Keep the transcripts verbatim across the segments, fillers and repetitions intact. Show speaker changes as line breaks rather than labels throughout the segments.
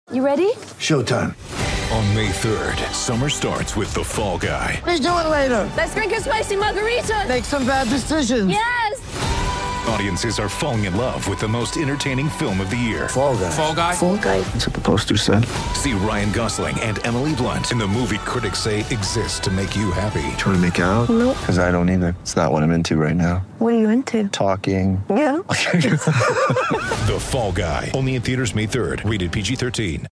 You ready?
Showtime.
On May third, summer starts with The Fall Guy.
Let's do it later. Let's drink a spicy margarita.
Make some bad decisions.
Yes.
Audiences are falling in love with the most entertaining film of the year.
Fall Guy.
Fall Guy?
Fall Guy.
That's what the poster said.
See Ryan Gosling and Emily Blunt in the movie critics say exists to make you happy.
Trying to make it out?
Nope.
Because I don't either. It's not what I'm into right now.
What are you into?
Talking.
Yeah.
The Fall Guy. Only in theaters May third. Rated P G thirteen.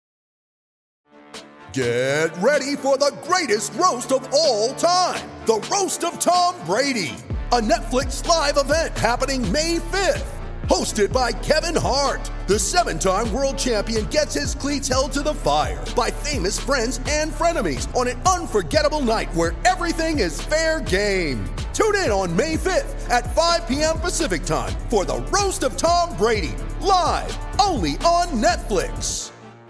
Get ready for the greatest roast of all time. The Roast of Tom Brady. A Netflix live event happening May fifth. Hosted by Kevin Hart. The seven-time world champion gets his cleats held to the fire by famous friends and frenemies on an unforgettable night where everything is fair game. Tune in on May fifth at five p.m. Pacific time for the Roast of Tom Brady. Live only on Netflix.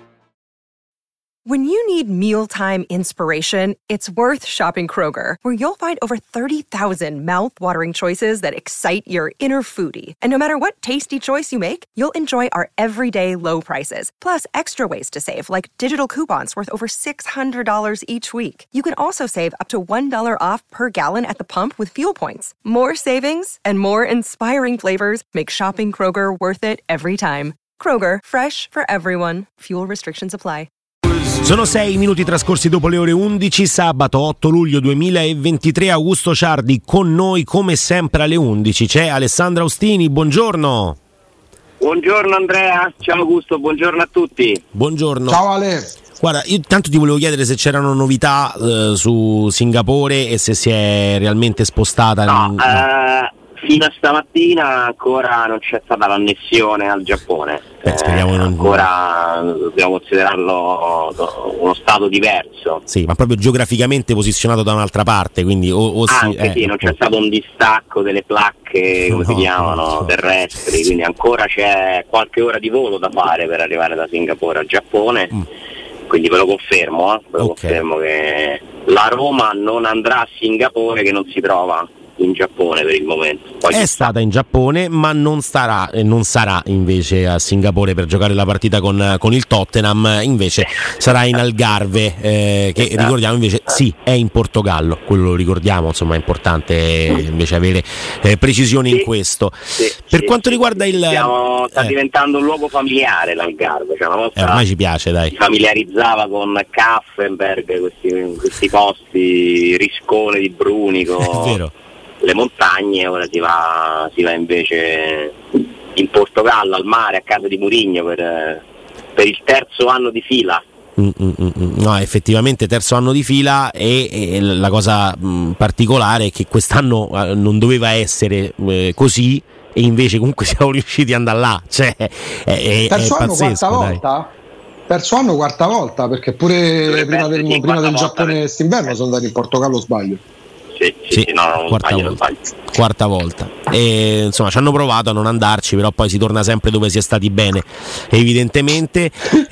When you need mealtime inspiration, it's worth shopping Kroger, where you'll find over thirty thousand mouth-watering choices that excite your inner foodie. And no matter what tasty choice you make, you'll enjoy our everyday low prices, plus extra ways to save, like digital coupons worth over six hundred dollars each week. You can also save up to one dollar off per gallon at the pump with fuel points. More savings and more inspiring flavors make shopping Kroger worth it every time. Kroger, fresh for everyone. Fuel restrictions apply.
Sono sei minuti trascorsi dopo le ore undici, sabato otto luglio duemilaventitré. Augusto Ciardi con noi come sempre alle undici. C'è Alessandra Austini, buongiorno.
Buongiorno Andrea, ciao Augusto, buongiorno a tutti.
Buongiorno.
Ciao Ale.
Guarda, io tanto ti volevo chiedere se c'erano novità eh, su Singapore e se si è realmente spostata.
No,
in...
eh, fino a stamattina ancora non c'è stata l'annessione al Giappone.
Beh, speriamo
eh,
non...
Ancora dobbiamo considerarlo uno stato diverso.
Sì, ma proprio geograficamente posizionato da un'altra parte, quindi o, o
Anche
sì,
sì,
eh,
non c'è stato un distacco delle placche, come
no,
si chiamano,
no.
terrestri, quindi ancora c'è qualche ora di volo da fare per arrivare da Singapore al Giappone. Mm. Quindi ve lo confermo, eh? ve lo
okay.
confermo che la Roma non andrà a Singapore, che non si trova in Giappone per il momento. Poi
è stata in Giappone, ma non starà e non sarà invece a Singapore per giocare la partita con, con il Tottenham, invece sarà in Algarve, eh, che esatto. ricordiamo invece sì, è in Portogallo, quello lo ricordiamo, insomma è importante invece avere eh, precisione sì, in questo.
Sì,
per
sì,
quanto
sì,
riguarda il
siamo, sta
eh.
diventando un luogo familiare l'Algarve, cioè una volta
eh, ormai ci piace, dai.
Si familiarizzava con Kaffenberg, questi, questi posti, Riscone di Brunico.
È vero.
Le montagne, ora si va, si va invece in Portogallo, al mare, a casa di Mourinho per, per il terzo anno di fila.
Mm, mm, mm. No, effettivamente terzo anno di fila e, e la cosa mh, particolare è che quest'anno eh, non doveva essere eh, così e invece comunque siamo riusciti ad andare là, cioè è, è,
terzo
è
anno
pazzesco,
quarta
dai.
volta? Terzo anno quarta volta, perché pure
Dovrebbe
prima del,
sì,
prima del Giappone
per...
quest'inverno sono andati in Portogallo, sbaglio.
Sì, sì,
sì,
sì, no, non
quarta,
sbaglio,
volta,
non sbaglio.
quarta volta e insomma ci hanno provato a non andarci, però poi si torna sempre dove si è stati bene evidentemente.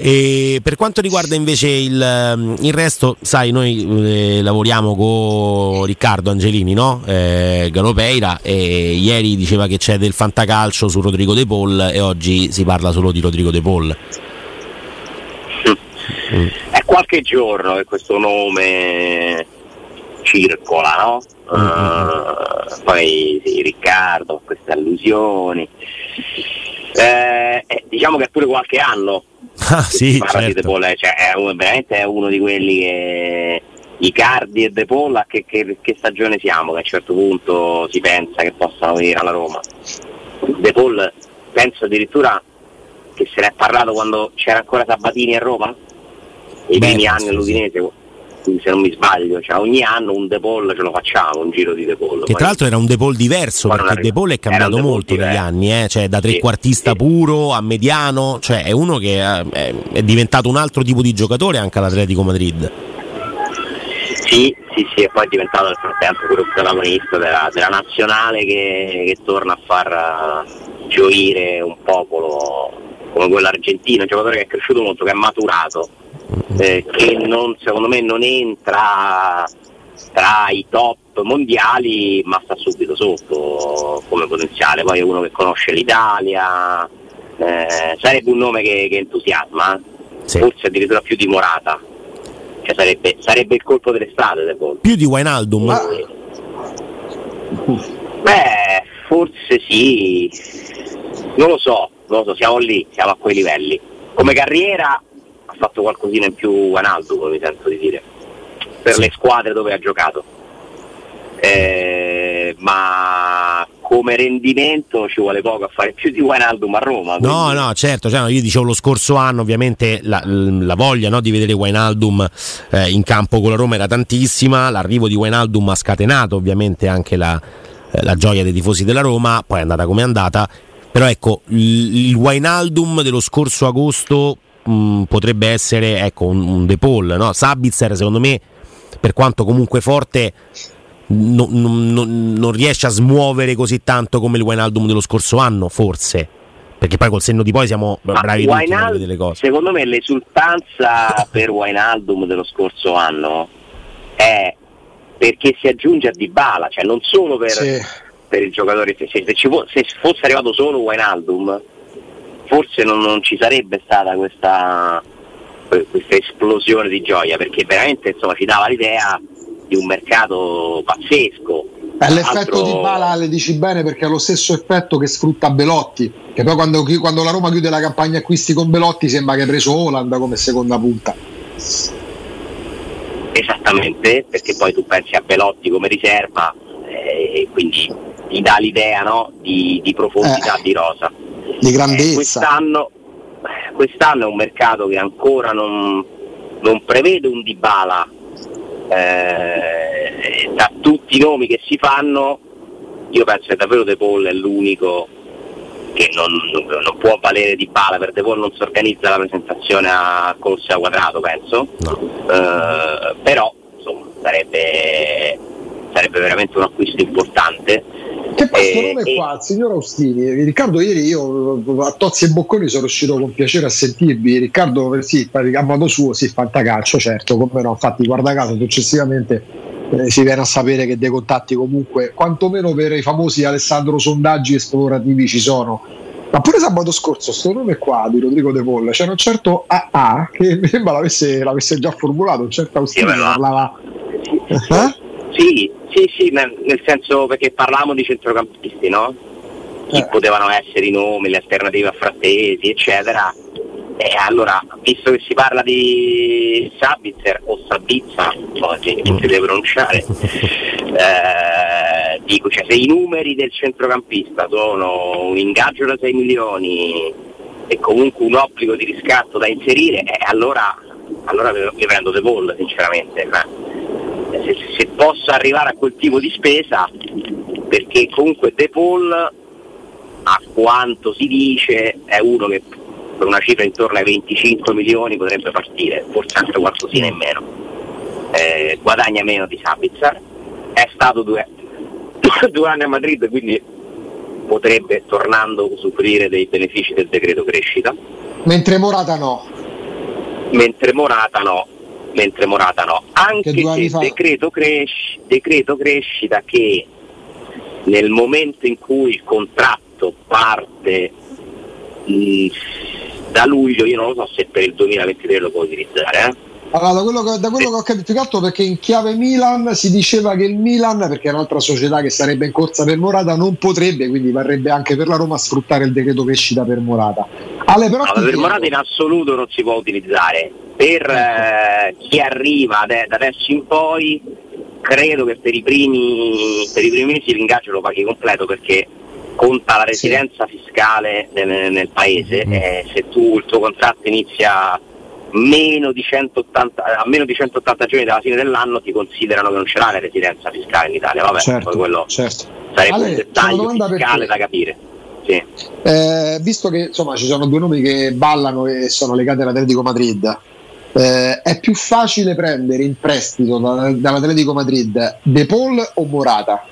E per quanto riguarda invece il, il resto, sai, noi eh, lavoriamo con Riccardo Angelini, no? eh, Galopeira, e ieri diceva che c'è del fantacalcio su Rodrigo De Paul e oggi si parla solo di Rodrigo De Paul.
Mm. È qualche giorno che questo nome circola, no? Uh, poi sì, Riccardo, queste allusioni, eh, eh, diciamo che è pure qualche anno
ah, sì,
parla
certo.
di De Paul, cioè è un, veramente è uno di quelli che Icardi e De Paul, a che, che, che stagione siamo, che a un certo punto si pensa che possano venire alla Roma. De Paul penso addirittura che se ne è parlato quando c'era ancora Sabatini a Roma, i
Beh,
primi anni
sì,
all'Udinese, se non mi sbaglio, cioè ogni anno un De Paul ce lo facciamo, un giro di De Paul.
Che tra l'altro era un De Paul diverso, perché De Paul è cambiato molto negli anni, eh? Cioè da trequartista sì, puro a mediano, cioè è uno che è, è diventato un altro tipo di giocatore anche all'Atletico Madrid.
Sì, sì, sì, e poi è diventato nel frattempo pure un protagonista della, della nazionale che, che torna a far uh, gioire un popolo come quello argentino, un giocatore che è cresciuto molto, che è maturato. Eh, che non, secondo me non entra tra i top mondiali, ma sta subito sotto come potenziale. Poi è uno che conosce l'Italia, eh, sarebbe un nome che, che entusiasma.
sì.
forse addirittura più di Morata, cioè sarebbe, sarebbe il colpo dell'estate De Paul.
Più di Wijnaldum?
Ma... beh, forse sì, non lo so, non lo so, siamo lì, siamo a quei livelli. Come carriera ha fatto qualcosina in più Wijnaldum, mi sento di dire, per sì. le squadre dove ha giocato, eh, ma come rendimento ci vuole poco a fare più di Wijnaldum a Roma. Quindi...
No, no, certo, cioè, io dicevo lo scorso anno, ovviamente la, la voglia, no, di vedere Wijnaldum eh, in campo con la Roma era tantissima, l'arrivo di Wijnaldum ha scatenato ovviamente anche la, eh, la gioia dei tifosi della Roma, poi è andata come è andata, però ecco, il, il Wijnaldum dello scorso agosto mh, potrebbe essere ecco un, un De Paul, no? Sabitzer secondo me, per quanto comunque forte, Non, non, non riesce a smuovere così tanto come il Wijnaldum dello scorso anno, forse, perché poi col senno di poi siamo
Ma
bravi
Wijnaldum,
tutti a vedere le cose.
Secondo me l'esultanza per Wijnaldum dello scorso anno è perché si aggiunge a Dybala, cioè non solo per, sì. per il giocatore, se, se, ci fo- se fosse arrivato solo Wijnaldum forse non, non ci sarebbe stata questa, questa esplosione di gioia, perché veramente insomma ci dava l'idea di un mercato pazzesco.
Eh, l'effetto altro... di Bala le dici bene, perché è lo stesso effetto che sfrutta Belotti, che poi quando, quando la Roma chiude la campagna acquisti con Belotti sembra che hai preso Haaland come seconda punta.
Esattamente, perché poi tu pensi a Belotti come riserva e eh, quindi ti dà l'idea, no, di, di profondità eh, di rosa,
di grandezza.
Eh, quest'anno, quest'anno è un mercato che ancora non, non prevede un Dybala. Eh, da tutti i nomi che si fanno io penso che davvero De Paul è l'unico che non, non, non può valere Dybala. Per De Paul non si organizza la presentazione a corsa quadrato, penso, no. eh, però insomma sarebbe, sarebbe veramente un acquisto importante.
Che poi questo nome e... qua, il signor Austini, Riccardo, ieri io a Tozzi e Bocconi sono riuscito con piacere a sentirvi. Riccardo, sì, a modo suo, sì, fantacalcio, certo, come no, infatti guarda caso successivamente eh, si viene a sapere che dei contatti comunque, quantomeno per i famosi Alessandro sondaggi esplorativi ci sono. Ma pure sabato scorso sto nome qua di Rodrigo De Paul, c'era un certo A A che mi sembra l'avesse, l'avesse già formulato, un certo Austini che parlava...
Eh? Sì, sì, sì, nel senso, perché parlavamo di centrocampisti, no? Chi eh. potevano essere i nomi, le alternative a Frattesi, eccetera. E allora, visto che si parla di Sabitzer o Sabitza, oggi non si deve pronunciare, eh, dico, cioè, se i numeri del centrocampista sono un ingaggio da sei milioni e comunque un obbligo di riscatto da inserire, eh, allora, allora mi prendo De Paul, sinceramente. Eh. Se, se posso arrivare a quel tipo di spesa, perché comunque De Paul, a quanto si dice, è uno che per una cifra intorno ai venticinque milioni potrebbe partire, forse anche qualcosina in meno, eh, guadagna meno di Sabitzer, è stato due, due anni a Madrid, quindi potrebbe, tornando, usufruire dei benefici del decreto crescita,
mentre Morata no
mentre Morata no mentre Morata no, anche se decreto, cresci, decreto crescita che nel momento in cui il contratto parte mh, da luglio, io non lo so se per il duemilaventitré lo può utilizzare, eh?
Allora, da quello che, da quello che ho capito, più che altro perché in chiave Milan si diceva che il Milan, perché è un'altra società che sarebbe in corsa per Morata, non potrebbe, quindi varrebbe anche per la Roma, sfruttare il decreto crescita per Morata. Ale, però
no, per Morata in assoluto non si può utilizzare. Per eh, chi arriva da adesso in poi, credo che per i primi per i primi mesi l'ingaggio lo paghi completo, perché conta la residenza sì. fiscale nel, nel paese, mm. eh, se tu il tuo contratto inizia meno di centottanta, a meno di centottanta giorni dalla fine dell'anno, ti considerano che non ce l'hai la residenza fiscale in Italia. Vabbè,
certo,
poi quello
certo.
sarebbe Ale, un dettaglio fiscale da capire. Sì.
Eh, visto che insomma ci sono due nomi che ballano e sono legati all'Atletico Madrid, eh, è più facile prendere in prestito da, dall'Atletico Madrid De Paul o Morata?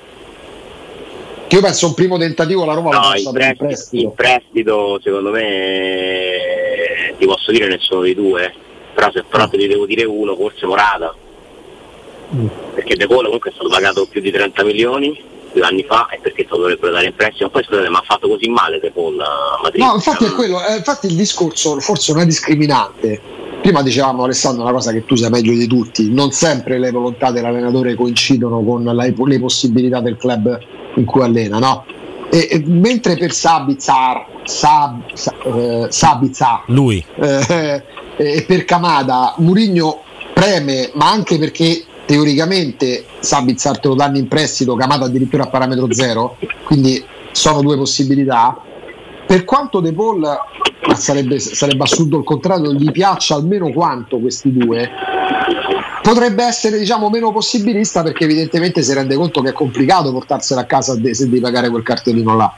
Che io penso un primo tentativo la Roma
no,
lo possa
prestito,
in prestito.
In prestito secondo me ti posso dire nessuno dei due, però se però te ne devo dire uno, forse Morata, mm. perché De Paul comunque è stato pagato più di trenta milioni due anni fa, e perché lo dovrebbero dare in prestito. Poi scusate, ma ha fatto così male De Paul a Madrid?
No, infatti è quello, eh, infatti il discorso forse non è discriminante, prima dicevamo, Alessandro, una cosa che tu sai meglio di tutti: non sempre le volontà dell'allenatore coincidono con la, le possibilità del club in cui allena, no? E, e mentre per Sabitzer Sab, eh, Sabitzer
lui
eh, e per Kamada Mourinho preme, ma anche perché teoricamente Sabitzer te lo danno in prestito, Kamada addirittura a parametro zero, quindi sono due possibilità. Per quanto De Paul, ma sarebbe, sarebbe assurdo il contrario, gli piaccia almeno quanto questi due, potrebbe essere, diciamo, meno possibilista, perché evidentemente si rende conto che è complicato portarsela a casa se devi pagare quel cartellino là.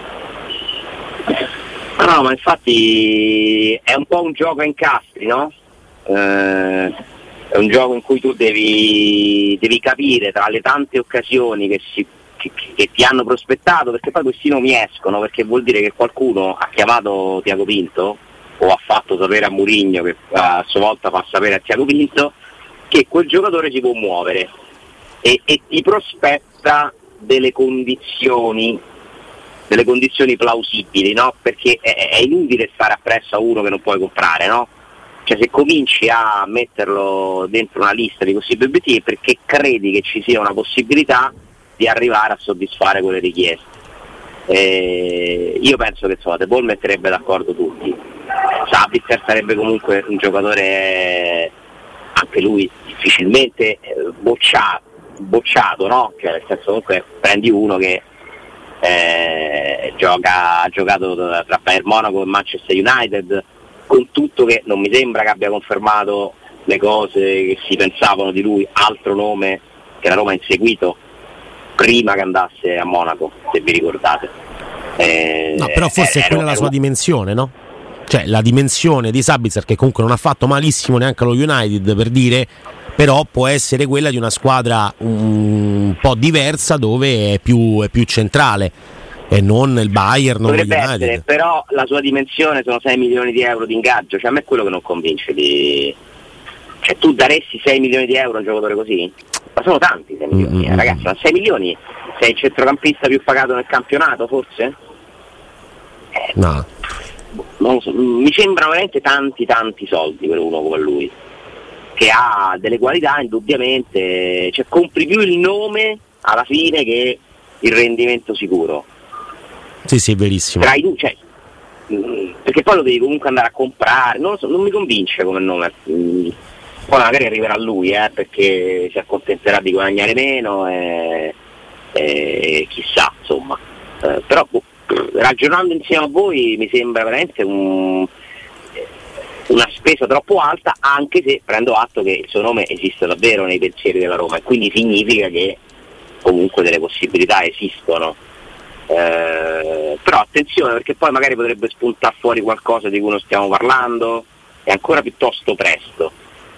No, ma infatti è un po' un gioco a incastri, no? Eh, è un gioco in cui tu devi, devi capire tra le tante occasioni che si Che, che ti hanno prospettato, perché poi questi nomi escono, perché vuol dire che qualcuno ha chiamato Tiago Pinto o ha fatto sapere a Mourinho, che a sua volta fa sapere a Tiago Pinto, che quel giocatore si può muovere e, e ti prospetta delle condizioni delle condizioni plausibili, no? Perché è, è inutile stare appresso a uno che non puoi comprare, no? Cioè, se cominci a metterlo dentro una lista di possibili obiettivi, perché credi che ci sia una possibilità di arrivare a soddisfare quelle richieste. Eh, io penso che insomma De Paul metterebbe d'accordo tutti. Sabitzer sarebbe comunque un giocatore, anche lui difficilmente bocciato, bocciato, no? Cioè, nel senso, comunque prendi uno che eh, gioca, ha giocato tra Bayern Monaco e Manchester United, con tutto che non mi sembra che abbia confermato le cose che si pensavano di lui, altro nome che la Roma ha inseguito prima che andasse a Monaco, se vi ricordate. Eh,
no, però forse
eh,
è quella la sua una... dimensione, no? Cioè la dimensione di Sabitzer, che comunque non ha fatto malissimo neanche allo United, per dire, però può essere quella di una squadra un po' diversa, dove è più, è più centrale e non il Bayern, non lo United.
Essere, però la sua dimensione sono sei milioni di euro di ingaggio, cioè a me è quello che non convince di... Cioè tu daresti sei milioni di euro a un giocatore così? Ma sono tanti sei milioni, mm-hmm. eh, ragazzi, ma sei milioni sei il centrocampista più pagato nel campionato, forse? Eh,
no.
Non so, mi sembrano veramente tanti tanti soldi per uno come lui, che ha delle qualità indubbiamente, cioè compri più il nome alla fine che il rendimento sicuro.
Sì, sì, verissimo.
Tra i, cioè, perché poi lo devi comunque andare a comprare, non lo so, non mi convince come nome. Poi magari arriverà lui, eh, perché si accontenterà di guadagnare meno e, e chissà, insomma. Eh, però boh, ragionando insieme a voi mi sembra veramente un, una spesa troppo alta, anche se prendo atto che il suo nome esiste davvero nei pensieri della Roma e quindi significa che comunque delle possibilità esistono. Eh, però attenzione, perché poi magari potrebbe spuntare fuori qualcosa di cui non stiamo parlando, è ancora piuttosto presto.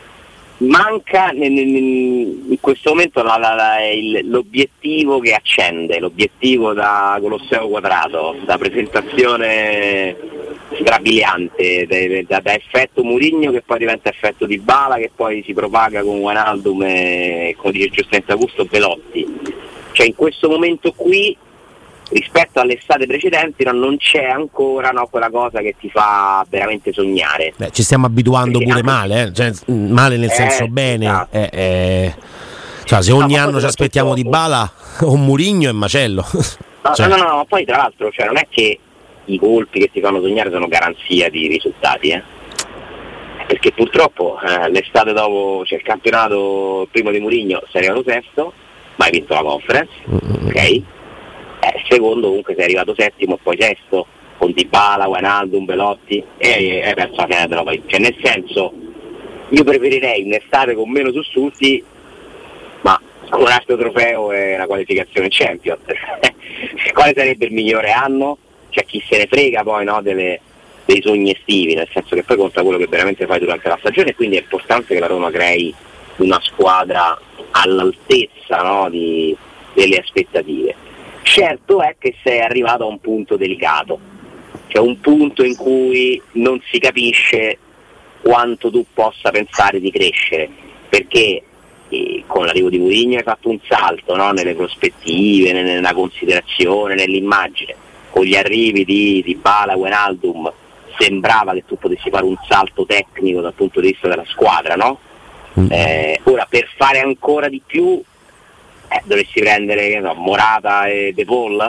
Manca in questo momento la, la, la, il, l'obiettivo che accende, l'obiettivo da Colosseo Quadrato, da presentazione strabiliante, da, da, da effetto Mourinho che poi diventa effetto Dybala, che poi si propaga con Wijnaldum e, come dice giustamente Augusto, Belotti. Cioè in questo momento qui, rispetto alle estate precedenti, no, non c'è ancora, no, quella cosa che ti fa veramente sognare.
Beh, ci stiamo abituando perché pure anche... male, eh? Cioè, male nel
eh,
senso bene.
Esatto.
Eh, eh. Cioè, se ogni no, anno ci aspettiamo di Dybala o Mourinho è macello.
No,
cioè.
no, no, no, poi tra l'altro, cioè, non è che i colpi che ti fanno sognare sono garanzia di risultati, eh? Perché purtroppo eh, l'estate dopo, cioè il campionato primo di Mourinho sei arrivato sesto, ma hai vinto la conference, mm-hmm. ok? Eh, secondo comunque sei arrivato settimo e poi sesto con Dybala, Wijnaldum, Belotti e hai perso la finale della Coppa. Cioè nel senso, io preferirei un'estate con meno sussulti ma con un altro trofeo e una qualificazione Champions. Quale sarebbe il migliore anno? C'è chi se ne frega poi, no, delle, dei sogni estivi, nel senso che poi conta quello che veramente fai durante la stagione, e quindi è importante che la Roma crei una squadra all'altezza, no, di, delle aspettative. Certo è che sei arrivato a un punto delicato, cioè un punto in cui non si capisce quanto tu possa pensare di crescere, perché eh, con l'arrivo di Mourinho hai fatto un salto, no? Nelle prospettive, nella considerazione, nell'immagine. Con gli arrivi di Dybala, Wijnaldum sembrava che tu potessi fare un salto tecnico dal punto di vista della squadra, no?
Mm.
Eh, ora per fare ancora di più eh, dovresti prendere, che no, Morata e De Paul,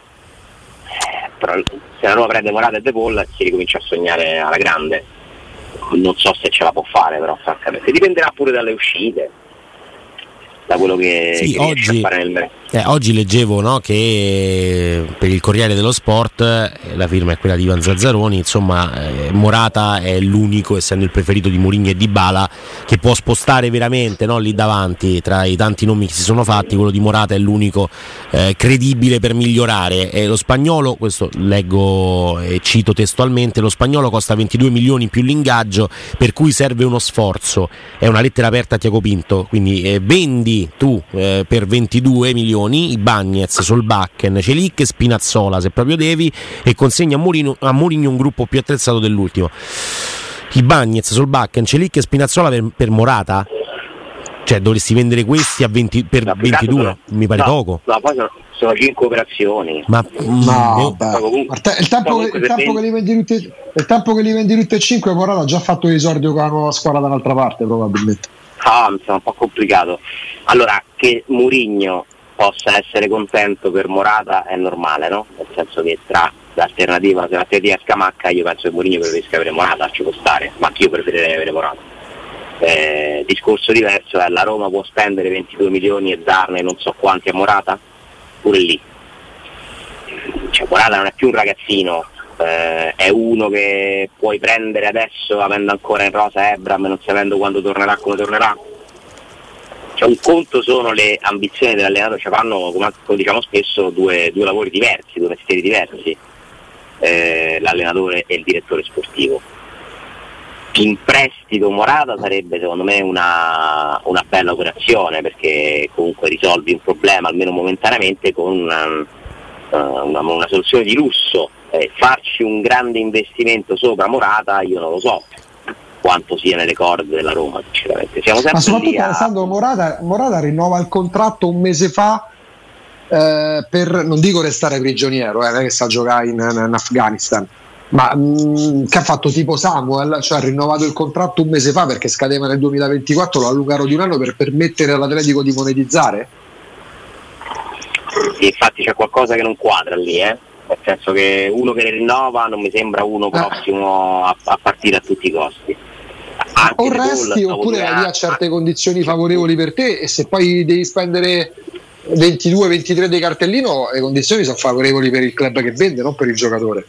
eh, però se la Roma prende Morata e De Paul si ricomincia a sognare alla grande. Non so se ce la può fare, però francamente dipenderà pure dalle uscite, da quello che,
sì,
che
oggi,
riesce a fare nel mercato.
Eh, oggi leggevo, no, che per il Corriere dello Sport, eh, la firma è quella di Ivan Zazzaroni, insomma eh, Morata è l'unico, essendo il preferito di Mourinho e Dybala, che può spostare veramente, no, lì davanti tra i tanti nomi che si sono fatti. Quello di Morata è l'unico eh, credibile per migliorare. E lo spagnolo, questo leggo e cito testualmente, lo spagnolo costa ventidue milioni più l'ingaggio, per cui serve uno sforzo. È una lettera aperta a Tiago Pinto, quindi eh, vendi tu eh, per ventidue milioni i Bagnez, Solbakken, Celic e Spinazzola se proprio devi, e consegna a Mourinho, a Mourinho un gruppo più attrezzato dell'ultimo. I Bagnez, Solbakken, Celic e Spinazzola per, per Morata? Cioè dovresti vendere questi a venti, per no, ventidue? Sono, mi pare
no,
poco.
No, poi sono, sono cinque operazioni.
Ma
no, beh, comunque, il tempo, che, il tempo che li vendi tutti, il tempo che li vendi tutti e cinque, Morata ha già fatto l'esordio con la nuova squadra dall'altra parte probabilmente.
Ah, mi sembra un po' complicato. Allora, che Mourinho possa essere contento per Morata è normale, no? Nel senso che tra l'alternativa, se l'alternativa è Scamacca, io penso che Mourinho preferisca avere Morata, ci può stare, ma anch'io preferirei avere Morata. Eh, discorso diverso è: la Roma può spendere ventidue milioni e darne non so quanti a Morata? Pure lì. Cioè, Morata non è più un ragazzino, eh, è uno che puoi prendere adesso avendo ancora in rosa Ebram e non sapendo quando tornerà, come tornerà. Cioè, un conto sono le ambizioni dell'allenatore, cioè fanno, come diciamo spesso, due, due lavori diversi, due mestieri diversi, eh, l'allenatore e il direttore sportivo. In prestito Morata sarebbe secondo me una, una bella operazione, perché comunque risolvi un problema almeno momentaneamente con una, una, una soluzione di lusso. Eh, farci un grande investimento sopra Morata io non lo so quanto sia nelle corde della Roma, sinceramente. Siamo sempre
ma soprattutto
a...
pensando Morata, Morata rinnova il contratto un mese fa eh, per, non dico restare prigioniero, eh, che sa giocare in, in Afghanistan, ma mh, che ha fatto tipo Samuel, cioè ha rinnovato il contratto un mese fa perché scadeva nel duemilaventiquattro, lo allungarono di un anno per permettere all'Atletico di monetizzare.
Sì, infatti c'è qualcosa che non quadra lì, eh? Nel senso che uno che le rinnova non mi sembra uno prossimo a, a partire a tutti i costi. Anche
o resti oppure vai via a certe condizioni favorevoli per te, e se poi devi spendere ventidue ventitré dei cartellino, le condizioni sono favorevoli per il club che vende, non per il giocatore.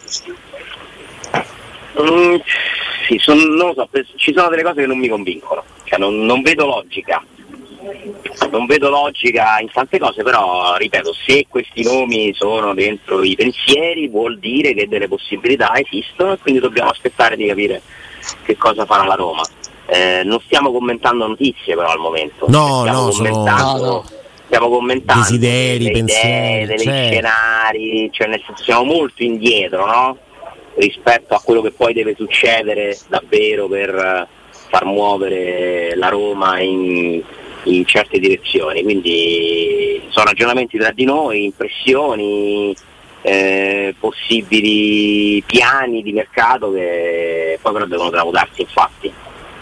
Mm, sì, son, non lo so, ci sono delle cose che non mi convincono, cioè non, non vedo logica. Non vedo logica in tante cose, però ripeto, se questi nomi sono dentro i pensieri vuol dire che delle possibilità esistono e quindi dobbiamo aspettare di capire che cosa farà la Roma. Eh, non stiamo commentando notizie però al momento.
No,
stiamo
no,
commentando,
sono... no.
stiamo commentando
desideri,
delle
pensieri,
idee, degli
certo.
scenari, cioè nel senso siamo molto indietro, no? Rispetto a quello che poi deve succedere davvero per far muovere la Roma in in certe direzioni, quindi sono ragionamenti tra di noi, impressioni, eh, possibili piani di mercato che poi però devono tramutarsi in fatti.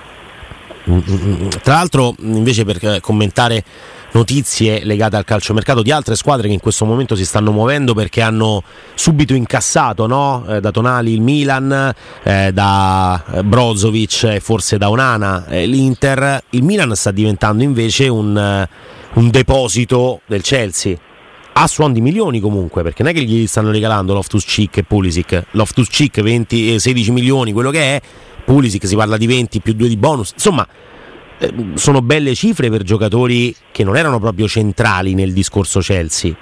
Tra l'altro, invece, per commentare notizie legate al calciomercato di altre squadre che in questo momento si stanno muovendo perché hanno subito incassato, no? eh, da Tonali il Milan, eh, da Brozovic e forse da Onana eh, l'Inter. Il Milan sta diventando invece un, uh, un deposito del Chelsea a suon di milioni comunque, perché non è che gli stanno regalando Loftus-Cheek e Pulisic. Loftus-Cheek venti, sedici milioni, quello che è. Pulisic si parla di venti più due di bonus, insomma sono belle cifre per giocatori che non erano proprio centrali nel discorso Chelsea.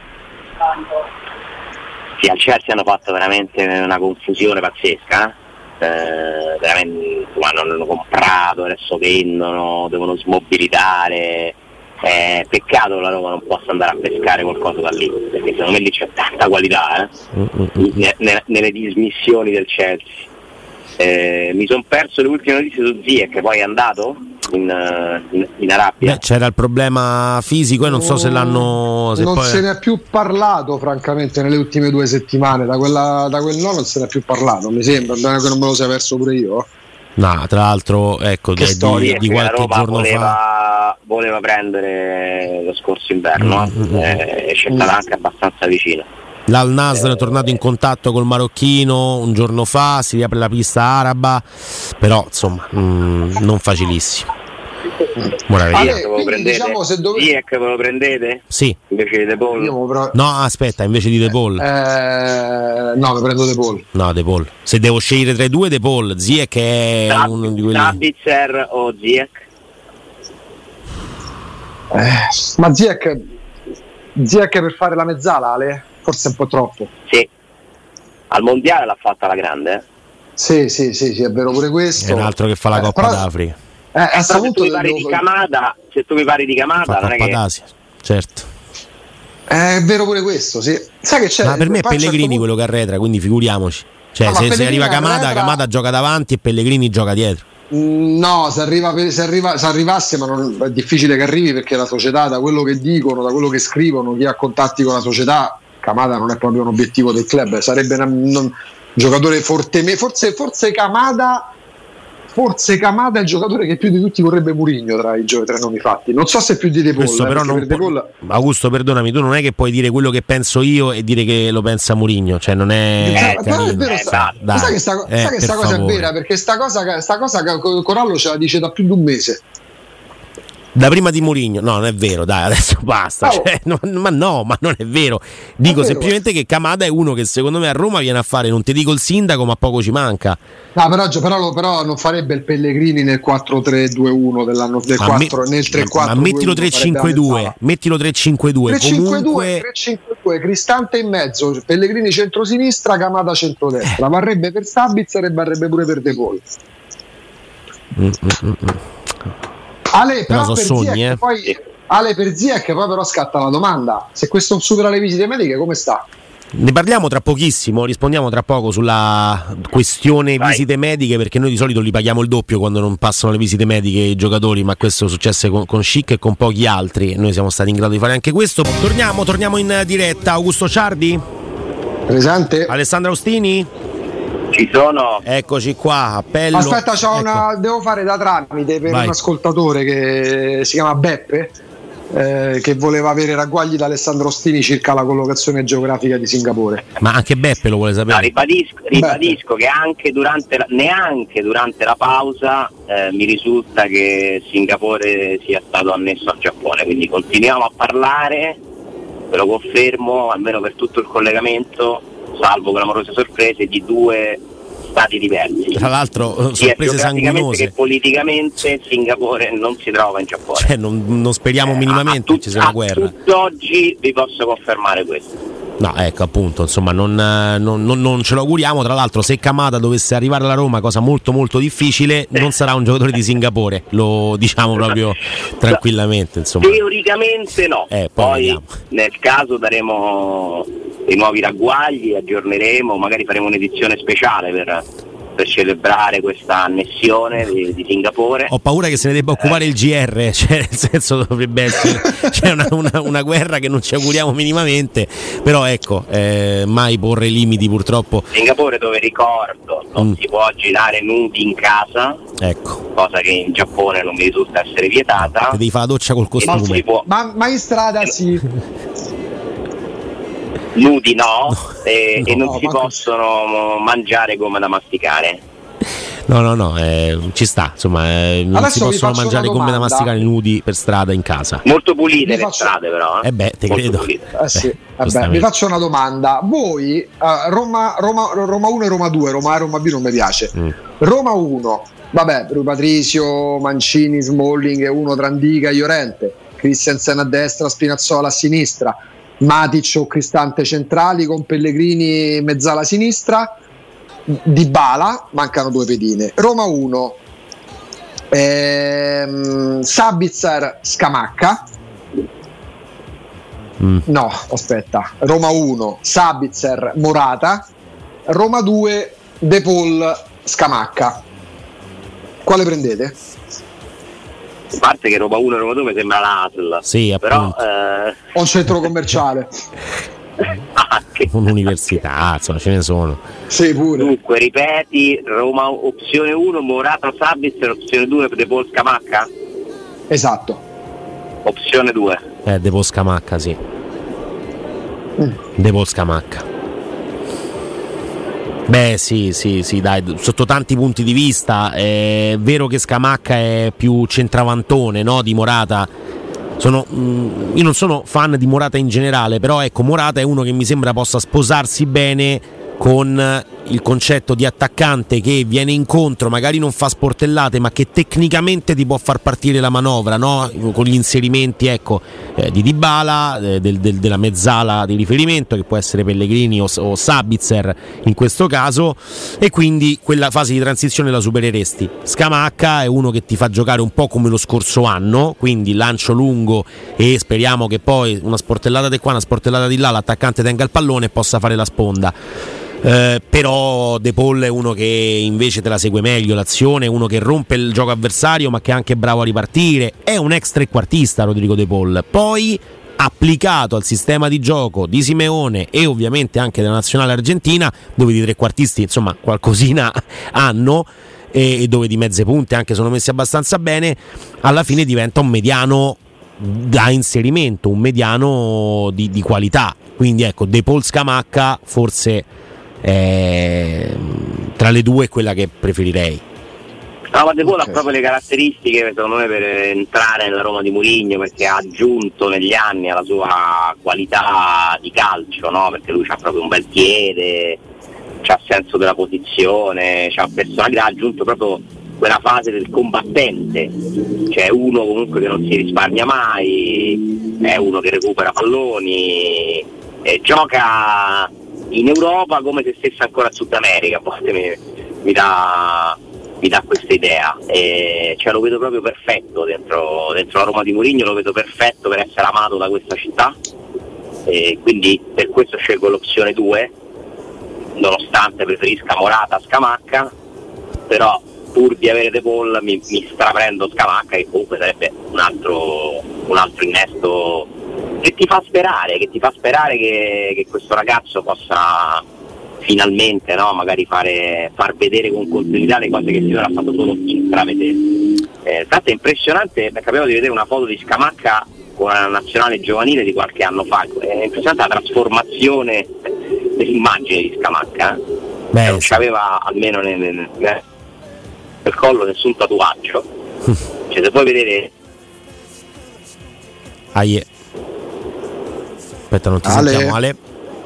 Sì, al Chelsea hanno fatto veramente una confusione pazzesca, eh, veramente hanno comprato, adesso vendono, devono smobilitare. Eh, peccato la Roma non possa andare a pescare qualcosa da lì, perché secondo me lì c'è tanta qualità eh? nelle, nelle dismissioni del Chelsea. Eh, mi sono perso le ultime notizie su Ziyech, che poi è andato? in, in, in Arabia.
Beh, c'era il problema fisico e non so se l'hanno se
non
poi...
se ne è più parlato francamente nelle ultime due settimane, da, quella, da quel no non se ne è più parlato, mi sembra che non me lo sia perso pure io.
No, tra l'altro ecco
Che
di,
storia,
di, di qualche
Roma
giorno
voleva,
fa
voleva prendere lo scorso inverno,
mm-hmm.
eh, c'è stata mm. anche abbastanza vicina.
L'Al Nasr è tornato in contatto col marocchino un giorno fa, si riapre la pista araba, però insomma mh, non facilissimo.
Ziyech ve lo prendete?
Diciamo, se dove...
Ziyech ve lo prendete?
Sì.
Invece di De Paul?
Pro...
No, aspetta, invece di De Paul.
Eh, no, mi prendo De Paul.
No, De Paul. Se devo scegliere tra i due, De Paul. Ziyech è
Sab-
uno di quelli.
Sabitzer o Ziyech?
Eh, ma Ziyech Ziyech per fare la mezzala, Ale? Forse è un po' troppo.
Sì. Al mondiale l'ha fatta la grande, eh?
Sì, sì, sì, sì, è vero pure questo.
È un altro che fa la
eh,
Coppa
però...
d'Africa.
Eh, a
se tu mi pari
devo...
di Kamada, se tu mi pari di Kamada,
fa
non
Coppa
è che...
d'Asia, certo.
Eh, è vero pure questo, sì. Sai che c'è?
Ma per me è Pellegrini
certo...
quello che arretra, quindi figuriamoci. Cioè,
no,
se, se arriva Kamada,
arretra...
Kamada gioca davanti e Pellegrini gioca dietro.
No, se, arriva, se, arriva, se arrivasse, ma non, è difficile che arrivi perché la società, da quello che dicono, da quello che scrivono, chi ha contatti con la società, Kamada non è proprio un obiettivo del club, sarebbe un giocatore fortemente, forse, forse Kamada forse Kamada è il giocatore che più di tutti vorrebbe Mourinho tra i gio- tra i nomi fatti. Non so se più di De Paul,
Questo
eh,
però non
per De Paul...
Augusto, perdonami, tu non è che puoi dire quello che penso io e dire che lo pensa Mourinho, cioè non è
eh,
carino.
è vero,
eh,
sta,
dai,
sai che sta,
eh,
sai che sta cosa
favore.
è vera, perché sta cosa, sta cosa Corallo ce la dice da più di un mese.
Da prima di Mourinho, no, non è vero, dai, adesso basta.
Oh.
Cioè, no, ma no, ma non è vero. Dico
è vero.
semplicemente che Kamada è uno che secondo me a Roma viene a fare, non ti dico il sindaco, ma poco ci manca.
No, però, però, però non farebbe il Pellegrini nel quattro tre due uno dell'anno del
Ma
quattro,
me,
nel tre quattro.
Ma mettilo tre cinque due, mettilo tre cinque due.
tre cinque due,
Comunque...
tre cinque due, Cristante in mezzo, Pellegrini centrosinistra, Kamada centrodestra. Varrebbe per Sabitzer e varrebbe pure per De Paul.
Mm, mm, mm.
Ale, però,
però so
per
sogni,
Ziyech,
eh.
poi, Ale per Ziyech poi però scatta la domanda: se questo supera le visite mediche, come sta?
Ne parliamo tra pochissimo, rispondiamo tra poco sulla questione
Vai.
visite mediche, perché noi di solito li paghiamo il doppio quando non passano le visite mediche i giocatori, ma questo successe con, con Schick e con pochi altri e noi siamo stati in grado di fare anche questo. Torniamo, torniamo in diretta. Augusto Ciardi?
Presente?
Alessandro Austini?
Ci sono.
Eccoci qua, appello.
Aspetta, c'ho
ecco.
una, devo fare da tramite per
Vai.
un ascoltatore che si chiama Beppe, eh, che voleva avere ragguagli da Alessandro Ostini circa la collocazione geografica di Singapore.
Ma anche Beppe lo vuole sapere.
No, ribadisco, ribadisco che anche durante la, neanche durante la pausa eh, mi risulta che Singapore sia stato annesso al Giappone, quindi continuiamo a parlare, ve lo confermo, almeno per tutto il collegamento, salvo clamorose sorprese, di due stati diversi.
Tra l'altro
sia
sorprese
geograficamente
sanguinose.
che politicamente Singapore non si trova in Giappone.
Cioè non, non speriamo minimamente
a, a
che ci sia una
a
guerra.
tutt'oggi vi posso confermare questo.
No, ecco appunto, insomma non, non, non, non ce lo auguriamo. Tra l'altro se Kamada dovesse arrivare alla Roma, cosa molto molto difficile, non sarà un giocatore di Singapore, lo diciamo proprio tranquillamente, insomma.
Teoricamente no,
Eh, poi
poi nel caso daremo dei nuovi ragguagli, aggiorneremo, magari faremo un'edizione speciale per, per celebrare questa annessione di, di Singapore.
Ho paura che se ne debba occupare il G R, cioè nel senso dovrebbe essere c'è una, una, una guerra che non ci auguriamo minimamente, però ecco, eh, mai porre limiti purtroppo.
Singapore dove ricordo non
Mm.
si può girare nudi in casa,
Ecco,
cosa che in Giappone non mi risulta essere vietata.
che devi fare la doccia col
Non si
costume.
può,
Ma, ma in strada sì.
nudi no, e,
No,
e non
no,
si
ma-
possono mangiare gomme da masticare.
No, no, no, eh, ci sta, insomma, eh, non
Adesso
si
vi
possono
faccio
mangiare
una
gomme da
domanda.
masticare nudi per strada in casa.
Molto pulite
Vi
le
faccio-
strade però. Eh,
Eh beh, te
Molto
credo.
pulite.
Eh sì,
Eh,
vabbè,
giustamente.
vi faccio una domanda. Voi, eh, Roma, Roma, Roma uno e Roma due, Roma A e Roma B non mi piace.
Mm.
Roma uno, vabbè, Rui Patricio, Mancini, Smalling, uno Trandica, Llorente, Christensen a destra, Spinazzola a sinistra, Matic o Cristante centrali con Pellegrini mezzala a sinistra, Dybala, mancano due pedine. Roma uno, ehm, Sabitzer, Scamacca.
Mm.
No, aspetta. Roma uno, Sabitzer, Morata. Roma due, De Paul, Scamacca. Quale prendete?
A parte che Roma uno e Roma due mi sembra l'A S L,
sì,
però eh...
un centro commerciale.
Anche.
Un'università, insomma, ce ne sono.
Sì, pure.
Dunque, ripeti, Roma opzione uno, Morata Sabitzer, opzione due De Paul Scamacca?
Esatto.
Opzione due.
Eh, De Paul Scamacca, sì. Mm. De Paul Scamacca. Beh, sì, sì, sì, dai, sotto tanti punti di vista. È vero che Scamacca è più centravantone, no, di Morata. Sono, mh, io non sono fan di Morata in generale, però ecco, Morata è uno che mi sembra possa sposarsi bene con il concetto di attaccante che viene incontro, magari non fa sportellate, ma che tecnicamente ti può far partire la manovra, no? Con gli inserimenti, ecco, eh, di Dybala, eh, del, del, della mezzala di riferimento, che può essere Pellegrini o, o Sabitzer in questo caso, e quindi quella fase di transizione la supereresti. Scamacca è uno che ti fa giocare un po' come lo scorso anno, quindi lancio lungo e speriamo che poi una sportellata di qua, una sportellata di là, l'attaccante tenga il pallone e possa fare la sponda. Eh, però De Paul è uno che invece te la segue meglio l'azione, uno che rompe il gioco avversario ma che è anche bravo a ripartire, è un ex trequartista Rodrigo De Paul, poi applicato al sistema di gioco di Simeone e ovviamente anche della nazionale argentina, dove di trequartisti insomma qualcosina hanno e dove di mezze punte anche sono messi abbastanza bene, alla fine diventa un mediano da inserimento, un mediano di, di qualità. Quindi ecco, De Paul Scamacca forse Eh, tra le due è quella che preferirei.
No, ma De Paul ha proprio le caratteristiche secondo me per entrare nella Roma di Mourinho, perché ha aggiunto negli anni alla sua qualità di calcio, no? Perché lui ha proprio un bel piede, c'ha senso della posizione, c'ha personalità, ha aggiunto proprio quella fase del combattente, cioè uno comunque che non si risparmia mai, è uno che recupera palloni e gioca in Europa come se stesse ancora a Sud America, a volte mi, mi dà mi dà questa idea, e cioè lo vedo proprio perfetto dentro, dentro la Roma di Mourinho, lo vedo perfetto per essere amato da questa città, e quindi per questo scelgo l'opzione due, nonostante preferisca Morata a Scamacca, però pur di avere De Paul mi, mi straprendo Scamacca, che comunque sarebbe un altro, un altro innesto che ti fa sperare, che ti fa sperare che, che questo ragazzo possa finalmente, no, magari fare, far vedere con continuità le cose che finora ha fatto solo intravedere. Eh, è impressionante, mi è capitato di vedere una foto di Scamacca con la nazionale giovanile di qualche anno fa, è impressionante la trasformazione dell'immagine di Scamacca. Beh, non c'aveva almeno nel, nel, nel collo nessun tatuaggio, cioè se puoi vedere
ah, yeah. Aspetta, non ti
Ale.
sentiamo, Ale.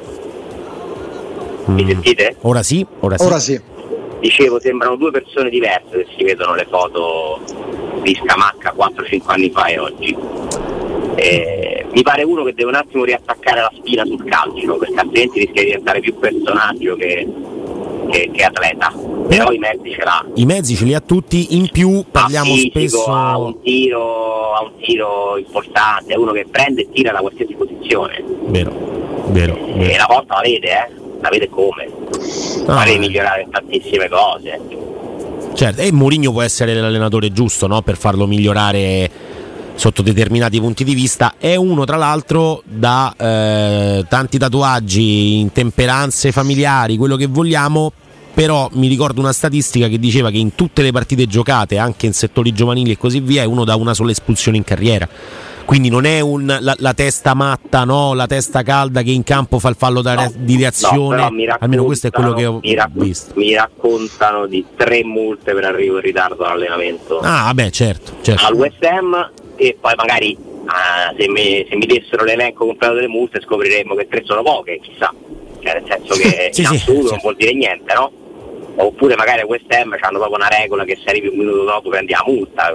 Mi sentite?
Ora sì, ora sì.
Ora sì.
Dicevo, sembrano due persone diverse se si vedono le foto di Scamacca quattro cinque anni fa e oggi. Eh, mi pare uno che deve un attimo riattaccare la spina sul calcio, perché altrimenti rischia di diventare più personaggio che, che, che atleta. Però i mezzi ce l'ha.
I mezzi ce li ha tutti, in più parliamo
fisico,
spesso.
Ha un tiro, ha un tiro importante, è uno che prende e tira da qualsiasi posizione.
Vero, vero. vero.
E la porta la vede, eh? La vede come?
No,
Pare
eh.
migliorare in tantissime cose.
Certo, e Mourinho può essere l'allenatore giusto, no? Per farlo migliorare sotto determinati punti di vista. È uno, tra l'altro, da eh, tanti tatuaggi, intemperanze familiari, quello che vogliamo. Però mi ricordo una statistica che diceva che in tutte le partite giocate, anche in settori giovanili e così via, è uno da una sola espulsione in carriera. Quindi non è un, la, la testa matta, no? La testa calda che in campo fa il fallo da,
no,
di reazione.
No,
almeno questo è quello che ho
mi rac-
visto.
Mi raccontano di tre multe per arrivo in ritardo all'allenamento.
Ah, vabbè, certo, certo.
Al West Ham, e poi magari ah, se, mi, se mi dessero l'elenco completo delle multe scopriremmo che tre sono poche, chissà. Cioè, nel senso che
sì,
in
sì,
assoluto
certo.
Non vuol dire niente, no? Oppure magari a West Ham hanno proprio una regola che se arrivi un minuto dopo prendi la multa.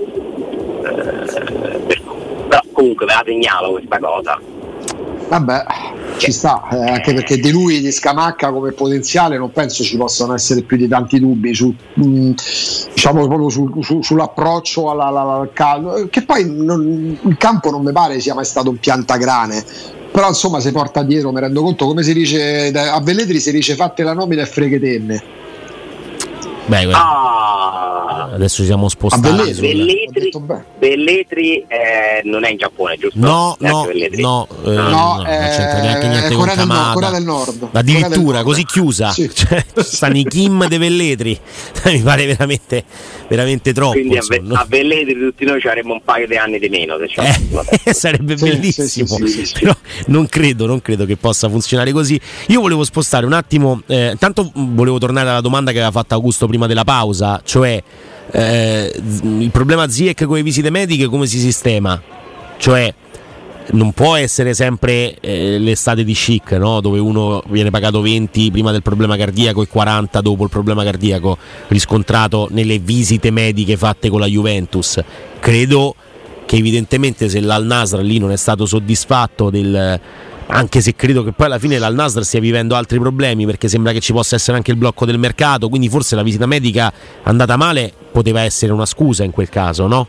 Eh, però comunque me la segnalo questa cosa.
Vabbè, ci sta, eh, anche perché di lui, di Scamacca come potenziale, non penso ci possano essere più di tanti dubbi su, mh, diciamo proprio su, su, sull'approccio alla, alla, al calcio, che poi non, il campo non mi pare sia mai stato un piantagrane, però insomma si porta dietro, mi rendo conto, come si dice a Velletri, si dice fatte la nomina e freghetenne.
Beh,
ah,
adesso ci siamo spostati.
Belletri,
Belletri, Belletri eh, non è in Giappone, giusto?
No, no,
Belletri.
no, eh,
no,
no, non
eh,
c'entra neanche niente con
Corea del,
Kamada.
Corea del Nord.
Addirittura
Corea del
così chiusa,
sì.
Cioè, stanno i Kim de Belletri. Mi pare veramente, veramente troppo.
Quindi a,
insomma.
a Belletri tutti noi ci avremmo un paio di anni di meno.
Eh, sarebbe
sì,
bellissimo,
sì, sì, sì, sì.
però non credo, non credo che possa funzionare così. Io volevo spostare un attimo, eh, tanto volevo tornare alla domanda che aveva fatto Augusto prima della pausa, cioè eh, il problema Ziyech con le visite mediche come si sistema? Cioè non può essere sempre eh, l'estate di chic, no? Dove uno viene pagato venti prima del problema cardiaco e quaranta dopo il problema cardiaco riscontrato nelle visite mediche fatte con la Juventus. Credo che evidentemente se l'Al-Nassr lì non è stato soddisfatto del, anche se credo che poi alla fine l'Al-Nassr stia vivendo altri problemi, perché sembra che ci possa essere anche il blocco del mercato, quindi forse la visita medica andata male poteva essere una scusa in quel caso, no?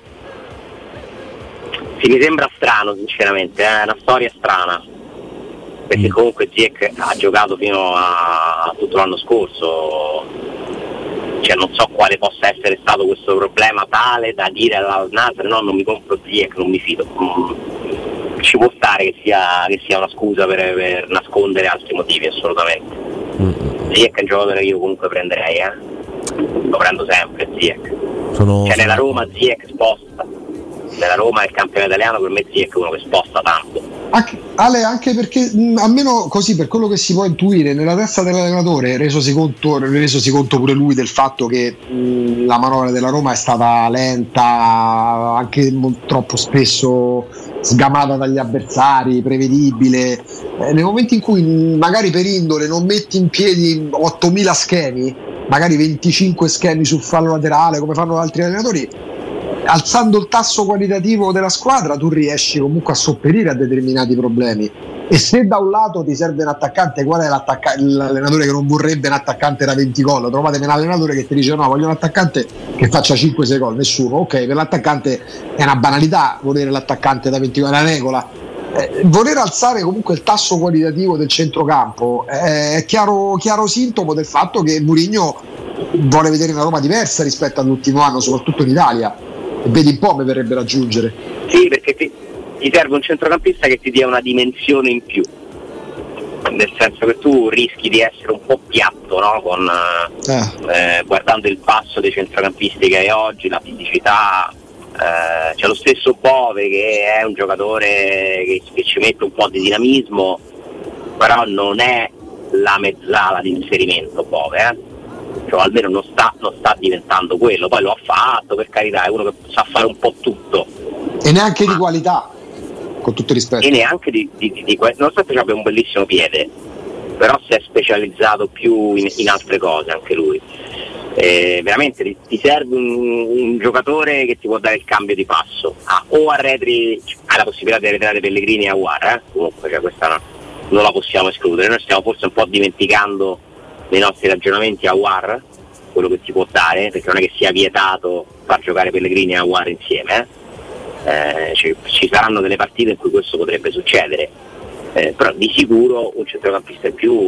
Sì, mi sembra strano sinceramente, è una storia strana, perché comunque Ziyech ha giocato fino a tutto l'anno scorso, cioè non so quale possa essere stato questo problema tale da dire all'Al-Nassr no, non mi compro Ziyech, non mi fido. Mm. Ci può stare che sia, che sia una scusa per, per nascondere altri motivi, assolutamente. Mm. Ziyech è un giocatore che io comunque prenderei, eh? Lo prendo sempre Ziyech.
Sono,
cioè
sono...
nella Roma Ziyech sposta, nella Roma il campione italiano per me Ziyech è uno che sposta tanto.
Anche, Ale, anche perché mh, almeno così, per quello che si può intuire nella testa dell'allenatore, resosi conto, resosi conto pure lui del fatto che mh, la manovra della Roma è stata lenta, anche mo- troppo spesso sgamata dagli avversari, prevedibile. Eh, nei momenti in cui mh, magari per indole non metti in piedi ottomila schemi, magari venticinque schemi sul fallo laterale come fanno altri allenatori, alzando il tasso qualitativo della squadra tu riesci comunque a sopperire a determinati problemi. E se da un lato ti serve un attaccante, qual è l'allenatore che non vorrebbe un attaccante da venti gol? Trovatemi un allenatore che ti dice no, voglio un attaccante che faccia cinque sei gol, nessuno. Ok, per l'attaccante è una banalità volere l'attaccante da venti gol, è una regola. Eh, voler alzare comunque il tasso qualitativo del centrocampo è chiaro, chiaro sintomo del fatto che Mourinho vuole vedere una Roma diversa rispetto all'ultimo anno, soprattutto in Italia. E vedi un po' mi verrebbe raggiungere.
Sì, perché ti, ti serve un centrocampista che ti dia una dimensione in più, nel senso che tu rischi di essere un po' piatto, no? Con, eh. Eh, guardando il passo dei centrocampisti che hai oggi, la fisicità, eh, c'è lo stesso Bove che è un giocatore che, che ci mette un po' di dinamismo, però non è la mezzala di inserimento Bove, eh? Cioè, almeno non sta, non sta diventando quello, poi lo ha fatto, per carità, è uno che sa fare un po' tutto
e neanche di qualità, con tutto il rispetto,
e neanche di, di, di, di nonostante abbia un bellissimo piede, però si è specializzato più in, in altre cose anche lui. Eh, veramente ti, ti serve un, un giocatore che ti può dare il cambio di passo, ah, o arretri, hai la possibilità di arretrare Pellegrini e Aouar, eh? Comunque cioè, questa no, non la possiamo escludere. Noi stiamo forse un po' dimenticando nei nostri ragionamenti Aouar, quello che ti può dare, perché non è che sia vietato far giocare Pellegrini e Aouar insieme, eh? Eh, ci, ci saranno delle partite in cui questo potrebbe succedere, eh, però di sicuro un centrocampista in più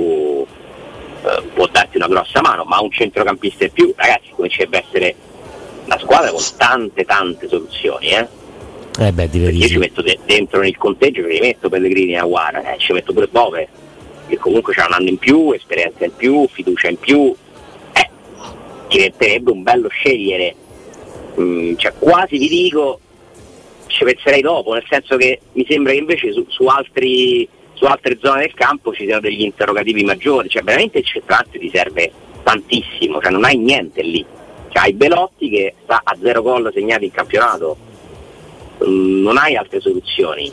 eh, può darti una grossa mano, ma un centrocampista in più, ragazzi, comincerebbe a essere la squadra con tante tante soluzioni, eh?
Eh beh, direi
io
sì.
Ci metto de- dentro nel conteggio, ci metto Pellegrini e Aouar, eh, ci metto pure Bove, che comunque c'ha un anno in più, esperienza in più, fiducia in più, eh, diventerebbe un bello scegliere, mm, cioè quasi vi dico ci penserei dopo, nel senso che mi sembra che invece su, su altri su altre zone del campo ci siano degli interrogativi maggiori, cioè veramente il centravanti ti serve tantissimo, cioè non hai niente lì, cioè hai Belotti che sta a zero gol segnati in campionato, mm, non hai altre soluzioni.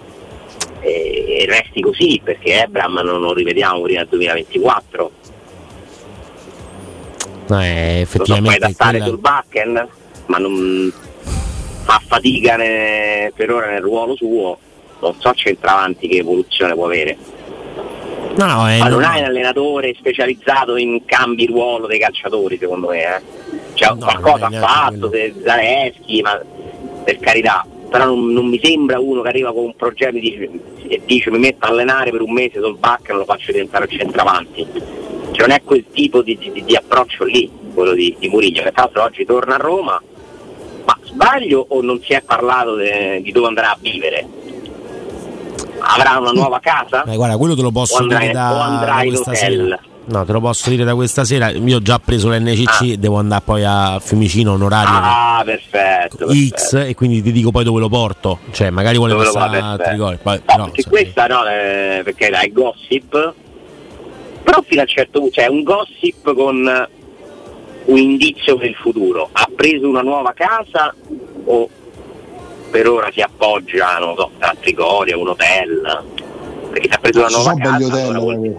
E resti così perché Ebram non lo rivediamo prima del duemilaventiquattro.
Eh, effettivamente
lo so, puoi adattare
quella...
sul backend, ma non fa fatica ne... per ora nel ruolo suo. Non so centravanti che evoluzione può avere.
No, no,
ma non,
non
hai un allenatore specializzato in cambi ruolo dei calciatori, secondo me, eh. Cioè, no, qualcosa ha fatto Zalewski, ma per carità. Però non, non mi sembra uno che arriva con un progetto e dice, e dice mi metto a allenare per un mese sul back e lo faccio diventare un centravanti. Cioè non è quel tipo di, di, di approccio lì, quello di, di Mourinho, che tra l'altro oggi torna a Roma sbaglio o non si è parlato de, di dove andrà a vivere? Avrà una nuova casa?
Eh, guarda, quello te lo posso
o
dire
andrai,
da,
o andrai
da
in
questa
hotel?
sera. No, te lo posso dire da questa sera. Io ho già preso l'N C C, ah. devo andare poi a Fiumicino, un orario
ah, perfetto,
X
perfetto.
E quindi ti dico poi dove lo porto. Cioè, magari vuole passare a Trigori. Poi,
no,
no,
perché
so,
questa no, eh, perché è gossip. Però fino a un certo punto, cioè un gossip con un indizio per il futuro. Ha preso una nuova casa o per ora si appoggia, non so, a Trigoria, un hotel? Perché si ha preso una nuova casa.
Hotel,
allora,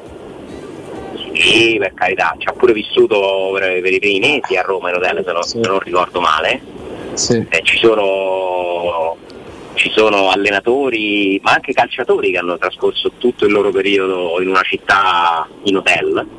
sì, per carità, ci ha pure vissuto per, per i primi mesi a Roma in hotel, se, no, sì. se non ricordo male.
Sì.
Eh, ci sono ci sono allenatori, ma anche calciatori che hanno trascorso tutto il loro periodo in una città in hotel.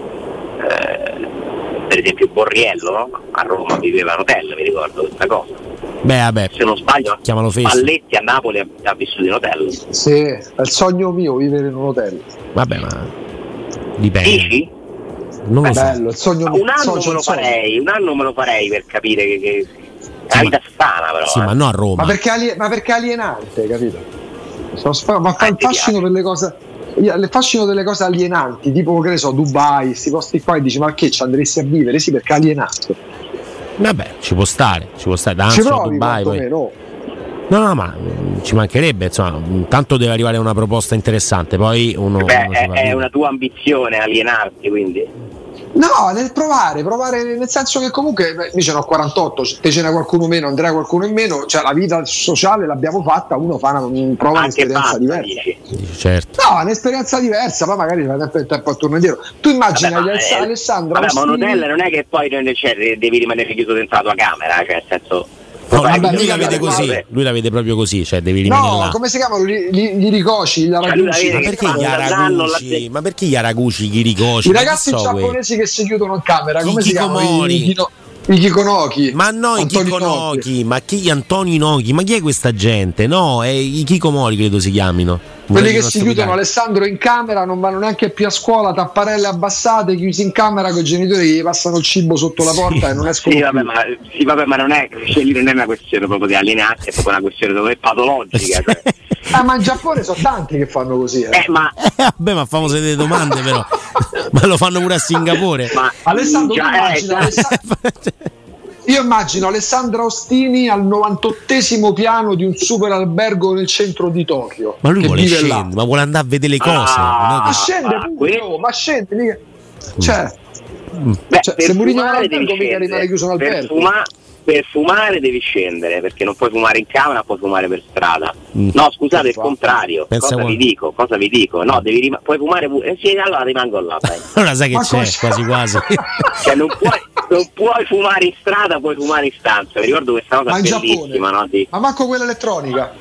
Eh, per esempio Borriello, no? A Roma viveva in hotel, mi ricordo questa cosa.
Beh, vabbè,
se non sbaglio, Spalletti a Napoli ha, ha vissuto in hotel.
Sì, è il sogno mio vivere in un hotel.
Vabbè, ma dipende.
Dici?
Non lo so.
Bello, il sogno
un anno
so,
me lo
so,
farei, un anno me lo farei per capire che, che è una vita strana, però.
Sì,
eh.
ma no a Roma.
Ma perché, ali- ma perché alienante, capito? Spa- ma fa il fascino delle cose. Il fascino delle cose alienanti, tipo che ne so, Dubai, questi posti qua, e dici ma che ci andresti a vivere? Sì, perché è alienante.
Vabbè, ci può stare, ci può stare.
Ci provi,
Dubai, poi.
No.
no, no, ma mh, ci mancherebbe, insomma, intanto deve arrivare una proposta interessante, poi uno.
Beh,
uno
è, è una tua ambizione alienarti, quindi.
No, nel provare, provare nel senso che comunque io ce n'ho quarantotto, te ce n'è qualcuno meno, Andrea qualcuno in meno, cioè la vita sociale l'abbiamo fatta, uno fa una, un, prova
anche
un'esperienza
basta,
diversa.
Dici, certo.
No, un'esperienza diversa, poi magari fa tempo, tempo a torno indietro. Tu immagini
vabbè,
Aless-
ma è,
Alessandro
vabbè,
Ostini...
ma un hotel non è che poi cioè, devi rimanere chiuso dentro la tua camera, cioè nel senso.
No, vabbè, lui la vede così, cose. lui la vede proprio così, cioè devi rimanere
no,
là.
come si chiamano gli, gli, gli ricoci, gli araguci?
Cioè, ma perché gli araguci? Ma perché gli araguci, gli ricoci?
I ragazzi giapponesi che si chiudono in camera, come
I
si chiamano?
I,
i, i Kikonoki.
Ma no, i Kikonoki, ma chi gli Antonio Inoki? Ma chi è questa gente? No, è i Kikomori credo si chiamino.
Quelli che si chiudono, Alessandro, in camera, non vanno neanche più a scuola, tapparelle abbassate, chiusi in camera con i genitori che gli passano il cibo sotto la porta sì. e non escono
sì,
più.
Vabbè, ma, sì, vabbè, ma non è, cioè, non è una questione proprio di allenarsi, è proprio una questione dove è patologica. Cioè.
Ah, ma in Giappone sono tanti che fanno così. Eh,
eh ma
eh, vabbè, ma famose delle domande però. Ma lo fanno pure a Singapore.
Ma Alessandro, già, immagina, eh, Alessandro... Io immagino Alessandra Ostini al novantottesimo piano di un super albergo nel centro di Tokyo.
Ma lui vuole scendere, ma vuole andare a vedere le cose.
Ah,
ma scende ah, pure, oh, ma scende mica. Cioè,
beh,
cioè se Mourinho va all'albergo mica rimane chiuso un
per,
albergo.
fuma- per fumare devi scendere, perché non puoi fumare in camera, puoi fumare per strada. Mm. No, scusate, il contrario. Pensa cosa vi dico? Cosa vi dico? No, devi rim- puoi fumare pure. Eh, sì, allora rimango là.
Allora sai che
ma
c'è, cosa... quasi quasi.
Cioè non puoi, non puoi fumare in strada, puoi fumare in stanza. Mi ricordo questa cosa
ma
bellissima, no? Di...
Ma manco quella elettronica.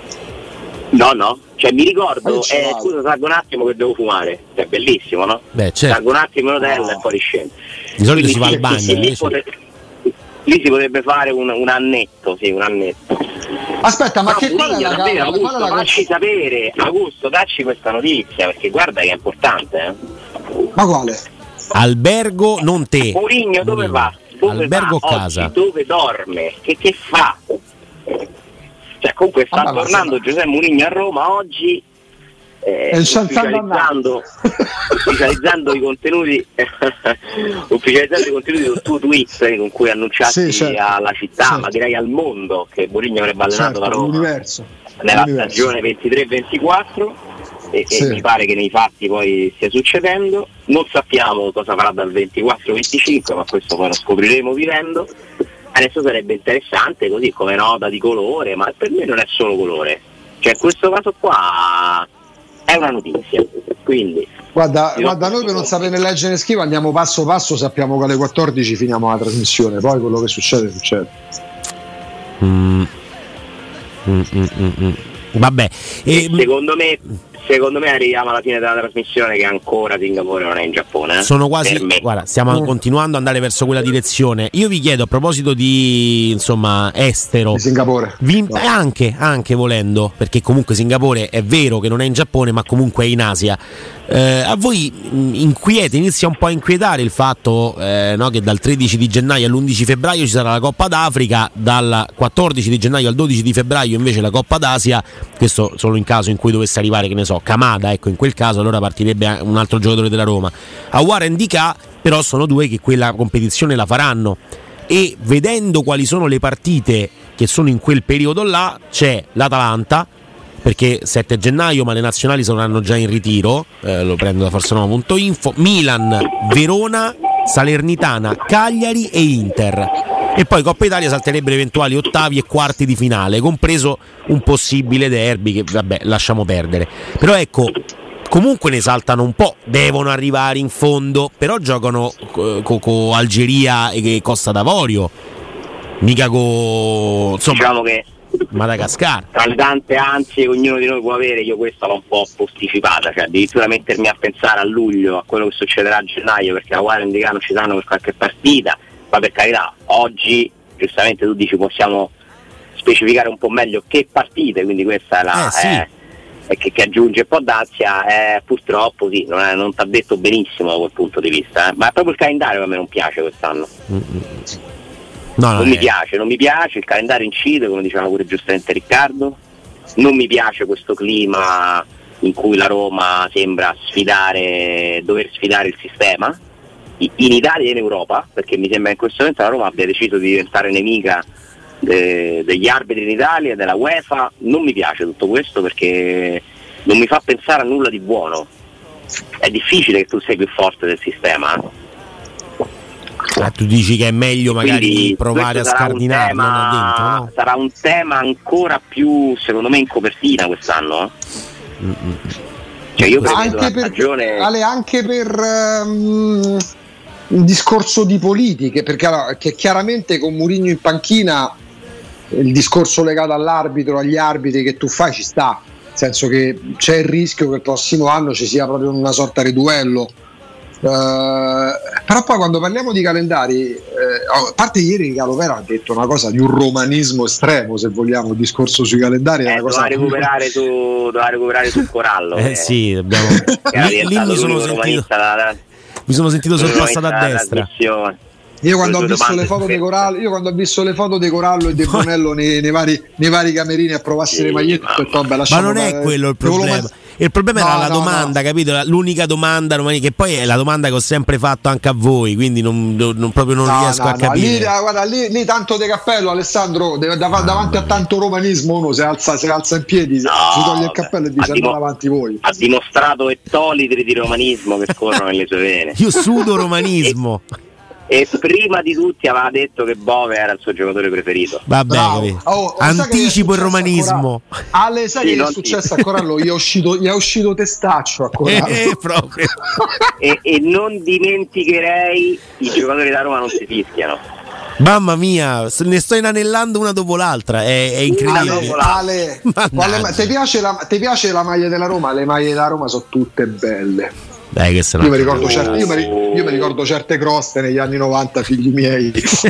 No, no, cioè mi ricordo, eh, scusa, salgo un attimo che devo fumare. Cioè bellissimo, no?
Beh, certo.
Salgo un attimo in hotel oh. e poi riscendo.
Di solito Quindi, si va al bagno.
Lì, potre... lì si potrebbe fare un, un annetto, sì, un annetto.
Aspetta, ma
no,
che qual è la
davvero,
gara?
Augusto,
la
facci sapere, Augusto, dacci questa notizia, perché guarda che è importante, eh.
Ma quale?
Albergo non te.
Mourinho dove
Mourinho.
va? Dove
Albergo
va?
casa.
Oggi, dove dorme? Che, che fa? Cioè comunque sta ah, tornando Giuseppe Mourinho a Roma oggi eh, ufficializzando, ufficializzando i contenuti ufficializzando i contenuti del tuo tweet con cui annunciasti sì, certo. alla città, certo. ma direi al mondo, che Mourinho avrebbe allenato
certo,
la Roma
l'universo.
nella
l'universo.
stagione ventitré ventiquattro e,
sì.
e mi pare che nei fatti poi stia succedendo. Non sappiamo cosa farà dal ventiquattro venticinque, ma questo poi lo scopriremo vivendo. Adesso sarebbe interessante così come nota di colore, ma per me non è solo colore, cioè questo caso qua è una notizia, quindi
guarda, guarda noi per non sapere leggere e scrivere andiamo passo passo, sappiamo che alle quattordici finiamo la trasmissione, poi quello che succede succede.
Mm. Mm, mm, mm, mm. Vabbè,
e secondo me secondo me arriviamo alla fine della trasmissione che ancora Singapore non è in Giappone. Eh?
Sono quasi, guarda, stiamo mm. continuando ad andare verso quella direzione. Io vi chiedo a proposito di insomma estero,
di Singapore,
vi, no. anche, anche volendo, perché comunque Singapore è vero che non è in Giappone, ma comunque è in Asia. Eh, a voi inquieta, inizia un po' a inquietare il fatto eh, no, che dal tredici di gennaio all'undici febbraio ci sarà la Coppa d'Africa, dal quattordici di gennaio al dodici di febbraio invece la Coppa d'Asia. Questo solo in caso in cui dovesse arrivare, che ne so, Kamada, ecco, in quel caso allora partirebbe un altro giocatore della Roma. Aouar e Ndicà però sono due che quella competizione la faranno, e vedendo quali sono le partite che sono in quel periodo là, c'è l'Atalanta, perché sette gennaio, ma le nazionali saranno già in ritiro, eh, lo prendo da forsanova punto info, Milan, Verona, Salernitana, Cagliari e Inter. E poi Coppa Italia salterebbero eventuali ottavi e quarti di finale, compreso un possibile derby che vabbè lasciamo perdere. Però ecco, comunque ne saltano un po', devono arrivare in fondo, però giocano con co- co Algeria e Costa d'Avorio, mica con insomma,
diciamo che
Madagascar.
Tra le tante ansie che ognuno di noi può avere, io questa l'ho un po' posticipata, cioè addirittura mettermi a pensare a luglio, a quello che succederà a gennaio, perché la Guardia Indicano ci danno per qualche partita, ma per carità, oggi giustamente tu dici possiamo specificare un po' meglio che partite, quindi questa è la...
Eh, sì.
è, è che, che aggiunge un po' d'ansia, eh, purtroppo sì, non, è, non ti ha detto benissimo da quel punto di vista, eh, ma è proprio il calendario che a me non piace quest'anno.
Mm-hmm. No,
non
no,
mi
è...
piace, non mi piace, il calendario incide, come diceva pure giustamente Riccardo, non mi piace questo clima in cui la Roma sembra sfidare, dover sfidare il sistema, in Italia e in Europa, perché mi sembra che in questo momento la Roma abbia deciso di diventare nemica de- degli arbitri in Italia, della UEFA. Non mi piace tutto questo perché non mi fa pensare a nulla di buono. È difficile che tu sei più forte del sistema, eh?
Ah, tu dici che è meglio magari
Quindi
provare a scardinarlo da dentro, no?
Sarà un tema ancora più, secondo me, in copertina quest'anno, eh?
Mm-mm.
Cioè io credo
anche
una
per,
stagione...
Ale, anche per um, un discorso di politiche, perché allora, che chiaramente con Mourinho in panchina il discorso legato all'arbitro, agli arbitri che tu fai ci sta, nel senso che c'è il rischio che il prossimo anno ci sia proprio una sorta di duello. Uh, però poi quando parliamo di calendari, eh, a parte ieri Calovera ha detto una cosa di un romanismo estremo, se vogliamo, il discorso sui calendari,
eh,
è una cosa
doveva recuperare su doveva recuperare sul Corallo,
eh
che,
sì, dobbiamo... lì, lì mi sono sentito
da,
mi sono sentito sorpassato a destra.
Io quando ho visto le foto di Corallo, io quando ho visto le foto di Corallo e di Bonello nei, nei, vari, nei vari camerini a provarsi sì, le magliette, ma, detto, vabbè,
ma non è quello il problema. Man- il problema no, era la no, domanda, no. Capito? L'unica domanda che poi è la domanda che ho sempre fatto anche a voi, quindi non, non proprio non
no,
riesco
no,
a capire.
Lì, guarda, lì, lì tanto di cappello, Alessandro, dav- davanti a tanto romanismo uno si alza, si alza in piedi, no, si toglie il cappello e dice dimo- avanti voi.
Ha dimostrato ettolitri di romanismo che scorrono nelle sue vene.
Io sudo romanismo.
E prima di tutti aveva detto che Bove era il suo giocatore preferito.
Vabbè, oh, oh, anticipo il romanismo.
Ale, sai sì, che è successo a Corallo? Gli è uscito, gli è uscito testaccio a Corallo.
Eh, proprio.
e, e non dimenticherei, i giocatori da Roma non si fischiano.
Mamma mia, ne sto inanellando una dopo l'altra, è, è incredibile.
Ale, Ale, ti piace, piace la maglia della Roma? Le maglie della Roma sono tutte belle.
Dai, che
io, mi ricordo certe, io, mi, io mi ricordo certe croste negli anni novanta, figli miei.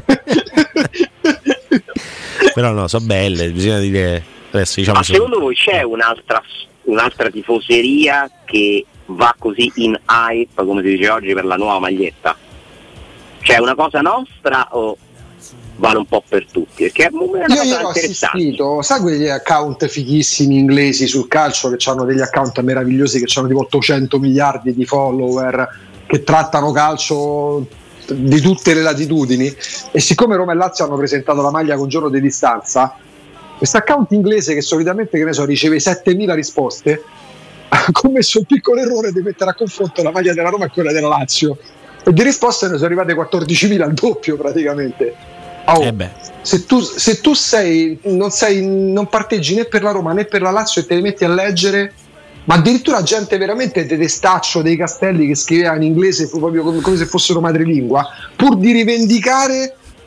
Però no, sono belle, bisogna dire adesso, diciamo.
Ma secondo voi c'è un'altra, un'altra tifoseria che va così in hype, come si dice oggi, per la nuova maglietta? C'è una cosa nostra o vale un po' per tutti? Perché è una
io ieri ho assistito, sai quegli account fighissimi inglesi sul calcio che hanno degli account meravigliosi che hanno tipo ottocento miliardi di follower, che trattano calcio di tutte le latitudini, e siccome Roma e Lazio hanno presentato la maglia con giorno di distanza, questo account inglese che solitamente, che ne so, riceve settemila risposte, ha commesso il piccolo errore di mettere a confronto la maglia della Roma e quella della Lazio, e di risposte ne sono arrivate quattordicimila, al doppio praticamente. Oh, eh se, tu, se tu sei non, sei non parteggi né per la Roma né per la Lazio e te li metti a leggere, ma addirittura gente veramente de testaccio dei Castelli che scriveva in inglese proprio come, come se fossero madrelingua, pur di rivendicare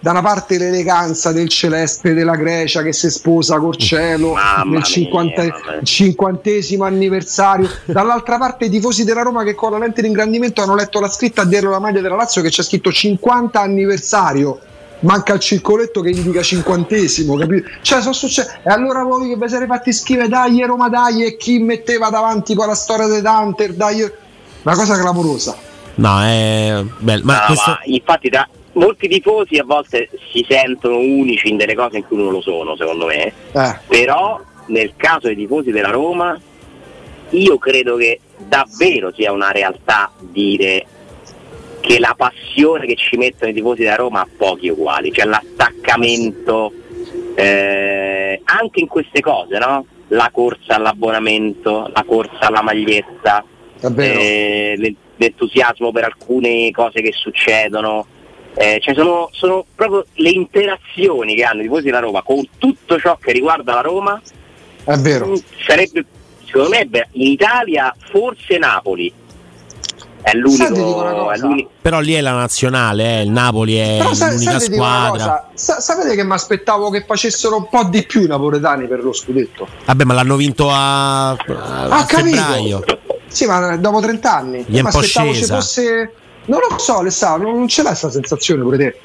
da una parte l'eleganza del celeste della Grecia che si sposa col cielo
Mamma
nel cinquanta,
mia,
cinquantesimo anniversario, dall'altra parte i tifosi della Roma che con la lente di ingrandimento hanno letto la scritta dietro la maglia della Lazio che c'è scritto cinquanta anniversario, manca il circoletto che indica cinquantesimo, capito? Cioè sono successe, e allora voi che vi siete fatti scrivere dai Roma dai, e chi metteva davanti poi la storia dei Danter, dai, una cosa clamorosa.
No, è bello, ma,
no,
questo...
ma infatti da molti tifosi a volte si sentono unici in delle cose in cui non lo sono, secondo me.
Eh.
Però nel caso dei tifosi della Roma io credo che davvero sia una realtà dire che la passione che ci mettono i tifosi della Roma ha pochi uguali, cioè l'attaccamento eh, anche in queste cose, no? La corsa all'abbonamento, la corsa alla maglietta, eh, l'entusiasmo per alcune cose che succedono, eh, cioè sono, sono proprio le interazioni che hanno i tifosi della Roma con tutto ciò che riguarda la Roma.
È vero.
Sarebbe, secondo me, in Italia forse Napoli è l'unico, è l'unico.
Però lì è la nazionale, eh. Il Napoli è
Però,
l'unica
sai,
squadra.
Sa- sapete che mi aspettavo che facessero un po' di più i napoletani per lo scudetto?
Vabbè, ma l'hanno vinto a, a
ah,
febbraio.
Capito. Sì, ma dopo trenta anni.
Gli è un po'
aspettavo ci
scesa.
fosse. Non lo so, Alessandro, non ce l'hai questa sensazione pure te?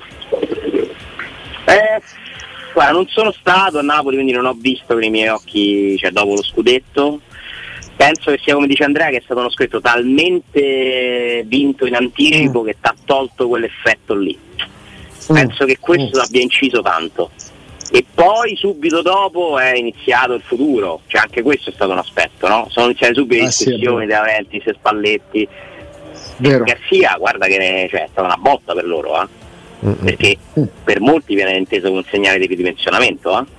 Eh, guarda, non sono stato a Napoli, quindi non ho visto con i miei occhi, cioè dopo lo scudetto. Penso che sia come dice Andrea, che è stato uno scudetto talmente vinto in anticipo mm. che ti ha tolto quell'effetto lì. Mm. Penso che questo mm. abbia inciso tanto. E poi subito dopo è iniziato il futuro, cioè anche questo è stato un aspetto, no? Sono iniziate subito le
ah,
discussioni
sì,
di Aventis e Spalletti.
Vero.
Garcia, guarda che cioè, è stata una botta per loro, eh? Mm-hmm. Perché mm. per molti viene inteso come un segnale di ridimensionamento, eh?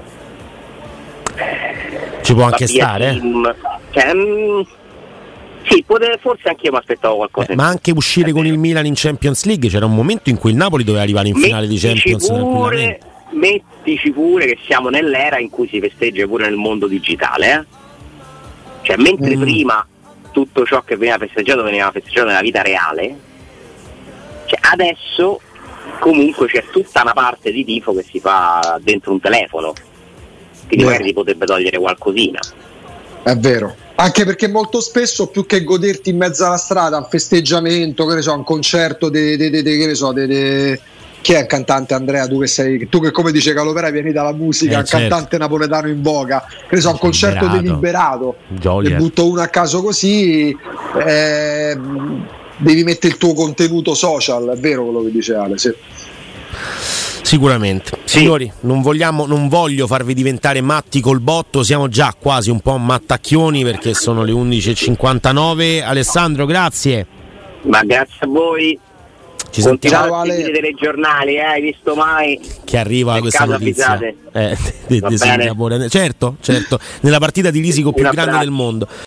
Ci può anche stare,
team, cioè, mh, sì, pote, forse anche io mi aspettavo qualcosa.
Eh, ma anche uscire eh, con il Milan in Champions League, c'era un momento in cui il Napoli doveva arrivare in finale di Champions
pure, mettici pure che siamo nell'era in cui si festeggia pure nel mondo digitale, eh? Cioè mentre mm. prima tutto ciò che veniva festeggiato veniva festeggiato nella vita reale, cioè adesso comunque c'è tutta una parte di tifo che si fa dentro un telefono, quindi magari ti potrebbe togliere qualcosina.
È vero, anche perché molto spesso più che goderti in mezzo alla strada un festeggiamento, che ne so, un concerto de, de, de, de, che ne so, de, de... chi è il cantante, Andrea, tu che sei, tu che come dice Calopera vieni dalla musica,
eh,
un
certo.
cantante napoletano in voga, che ne so, un concerto deliberato, ne butto uno a caso così, eh, devi mettere il tuo contenuto social, è vero quello che dice Ale, sì.
Sicuramente. Sì. Signori, non vogliamo, non voglio farvi diventare matti col botto, siamo già quasi un po' mattacchioni perché sono le undici e cinquantanove. Alessandro, grazie.
Ma grazie a voi.
Ci sentiamo
a seguire dei giornali, eh, hai visto mai
che arriva questa notizia eh, de, de, de Singapore. Certo, certo, nella partita di risico più grande del mondo.